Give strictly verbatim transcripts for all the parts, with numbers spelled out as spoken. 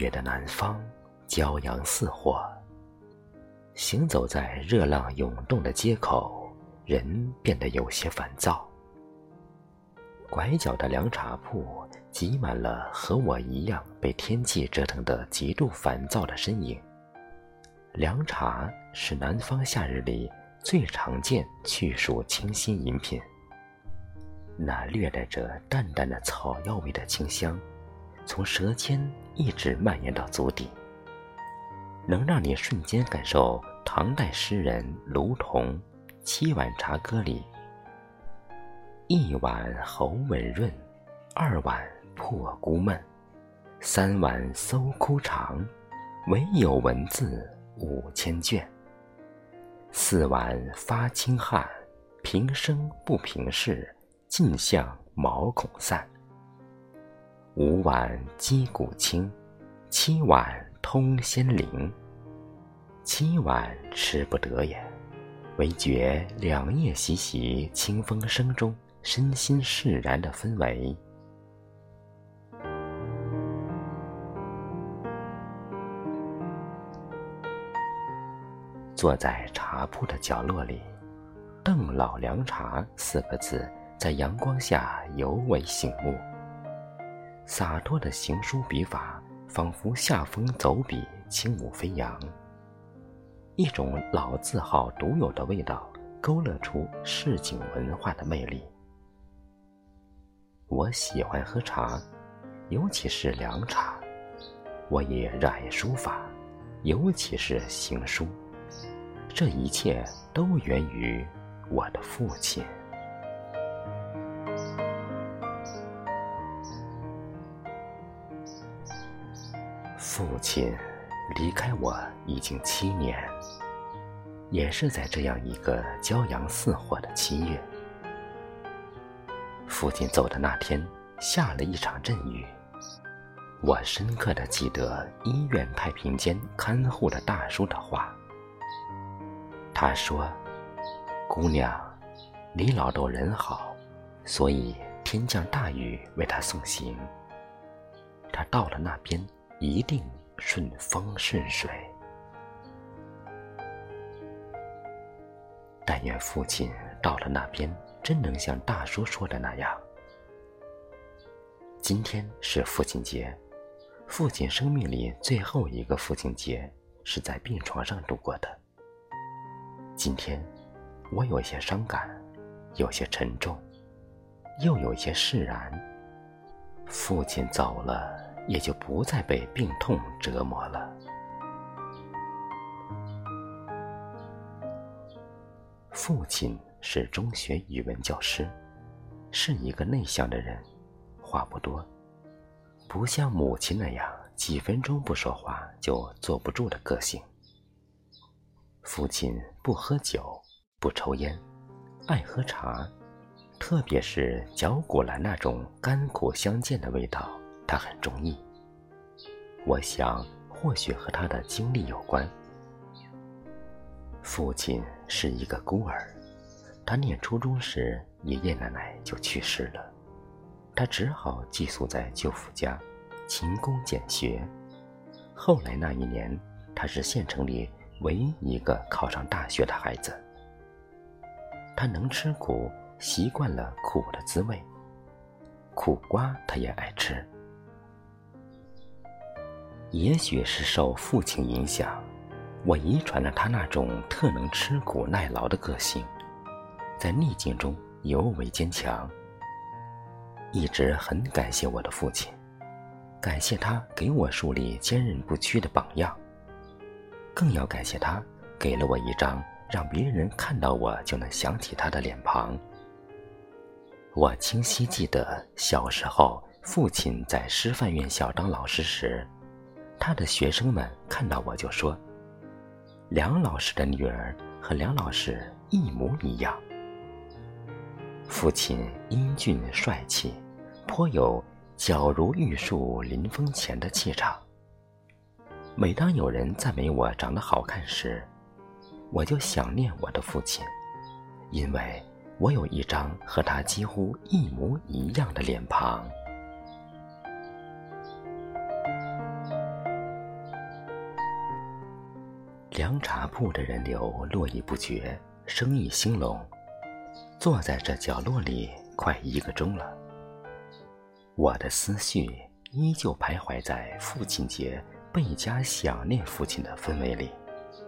月的南方，骄阳似火。行走在热浪涌动的街口，人变得有些烦躁。拐角的凉茶铺挤满了和我一样被天气折腾得极度烦躁的身影。凉茶是南方夏日里最常见去暑清新饮品，那略带着淡淡的草药味的清香，从舌尖一直蔓延到足底，能让你瞬间感受唐代诗人卢仝《七碗茶歌》里一碗喉吻润，二碗破孤闷，三碗搜枯肠，唯有文字五千卷，四碗发清汗，平生不平事，尽向毛孔散，五碗击鼓清，七碗通仙灵，七碗吃不得也，唯觉两叶习习清风声中身心释然的氛围。坐在茶铺的角落里，邓老凉茶四个字在阳光下尤为醒目。洒脱的行书笔法仿佛夏风走笔，轻舞飞扬，一种老字号独有的味道勾勒出市井文化的魅力。我喜欢喝茶，尤其是凉茶。我也热爱书法，尤其是行书。这一切都源于我的父亲。父亲离开我已经七年，也是在这样一个骄阳似火的七月。父亲走的那天下了一场阵雨，我深刻地记得医院太平间看护的大叔的话。他说：姑娘，李老豆人好，所以天降大雨为他送行。他到了那边一定顺风顺水。但愿父亲到了那边真能像大叔说的那样。今天是父亲节，父亲生命里最后一个父亲节是在病床上度过的。今天我有些伤感，有些沉重，又有些释然。父亲走了，也就不再被病痛折磨了。父亲是中学语文教师，是一个内向的人，话不多，不像母亲那样几分钟不说话就坐不住的个性。父亲不喝酒，不抽烟，爱喝茶，特别是绞股蓝那种甘苦相间的味道，他很中意。我想或许和他的经历有关。父亲是一个孤儿，他念初中时爷爷奶奶就去世了，他只好寄宿在舅父家勤工俭学。后来那一年，他是县城里唯一一个考上大学的孩子。他能吃苦，习惯了苦的滋味，苦瓜他也爱吃。也许是受父亲影响，我遗传了他那种特能吃苦耐劳的个性，在逆境中尤为坚强。一直很感谢我的父亲，感谢他给我树立坚韧不屈的榜样，更要感谢他给了我一张让别人看到我就能想起他的脸庞。我清晰记得小时候父亲在师范院校当老师时，他的学生们看到我就说，梁老师的女儿和梁老师一模一样。父亲英俊帅气，颇有皎如玉树临风前的气场。每当有人赞美我长得好看时，我就想念我的父亲，因为我有一张和他几乎一模一样的脸庞。 凉茶铺的人流络绎不绝，生意兴隆。坐在这角落里快一个钟了，我的思绪依旧徘徊在父亲节倍加想念父亲的氛围里。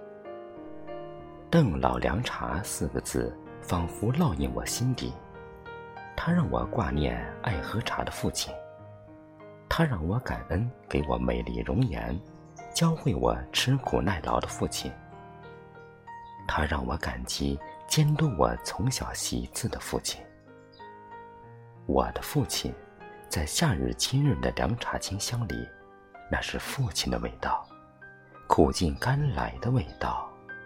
邓老凉茶四个字仿佛烙印我心底，它让我挂念爱喝茶的父亲，它让我感恩给我美丽容颜教会我吃苦耐劳的父亲，它让我感激监督我从小习字的父亲。我的父亲在夏日亲润的凉茶清香里，那是父亲的味道，苦尽甘来的味道。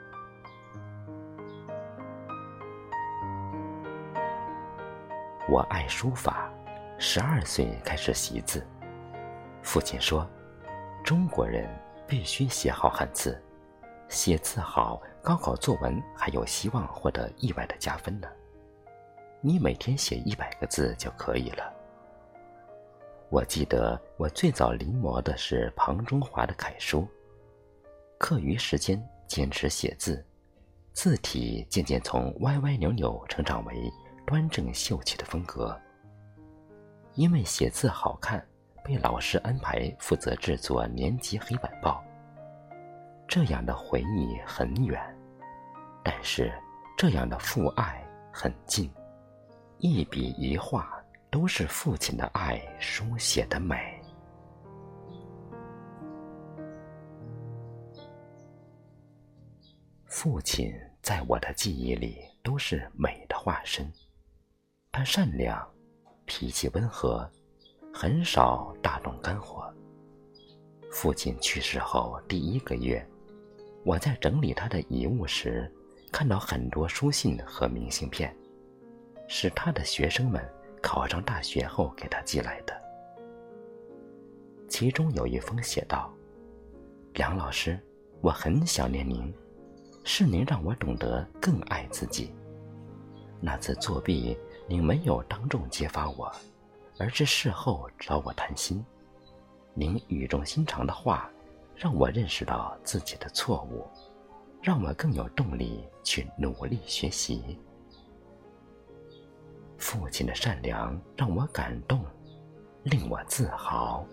我爱书法，十二岁开始习字。父亲说，中国人必须写好汉字，写字好，高考作文还有希望获得意外的加分呢。你每天写一百个字就可以了。我记得我最早临摹的是庞中华的楷书，课余时间坚持写字，字体渐渐从歪歪扭扭成长为端正秀气的风格。因为写字好看，被老师安排负责制作年级黑板报。这样的回忆很远，但是这样的父爱很近，一笔一画都是父亲的爱书写的美。父亲在我的记忆里都是美的化身，他善良，脾气温和，很少大动肝火。父亲去世后第一个月，我在整理他的遗物时，看到很多书信和明信片，是他的学生们考上大学后给他寄来的。其中有一封写道：梁老师，我很想念您，是您让我懂得更爱自己。那次作弊，您没有当众揭发我，而是事后找我谈心。您语重心长的话让我认识到自己的错误，让我更有动力去努力学习。父亲的善良让我感动，令我自豪。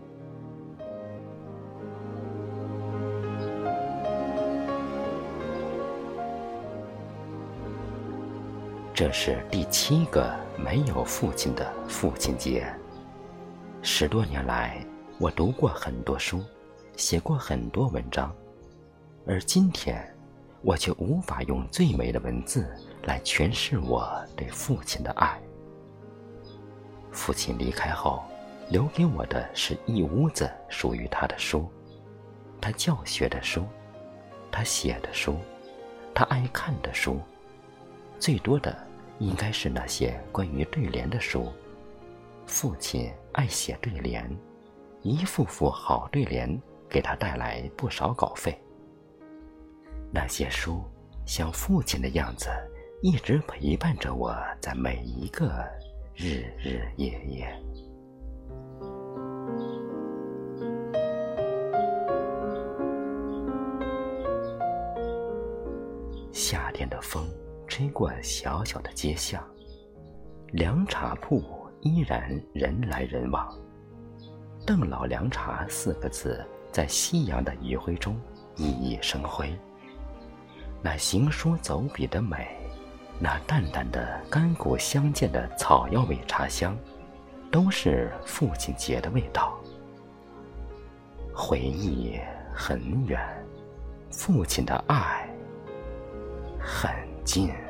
这是第七个没有父亲的父亲节。十多年来，我读过很多书，写过很多文章，而今天我却无法用最美的文字来诠释我对父亲的爱。父亲离开后，留给我的是一屋子属于他的书，他教学的书，他写的书，他爱看的书，最多的应该是那些关于对联的书。父亲爱写对联，一幅幅好对联给他带来不少稿费。那些书像父亲的样子，一直陪伴着我在每一个日日夜夜。夏天的风吹过小小的街巷，凉茶铺依然人来人往。邓老凉茶四个字在夕阳的余晖中熠熠生辉。那行书走笔的美，那淡淡的甘苦相间的草药味茶香，都是父亲节的味道。回忆很远，父亲的爱很近。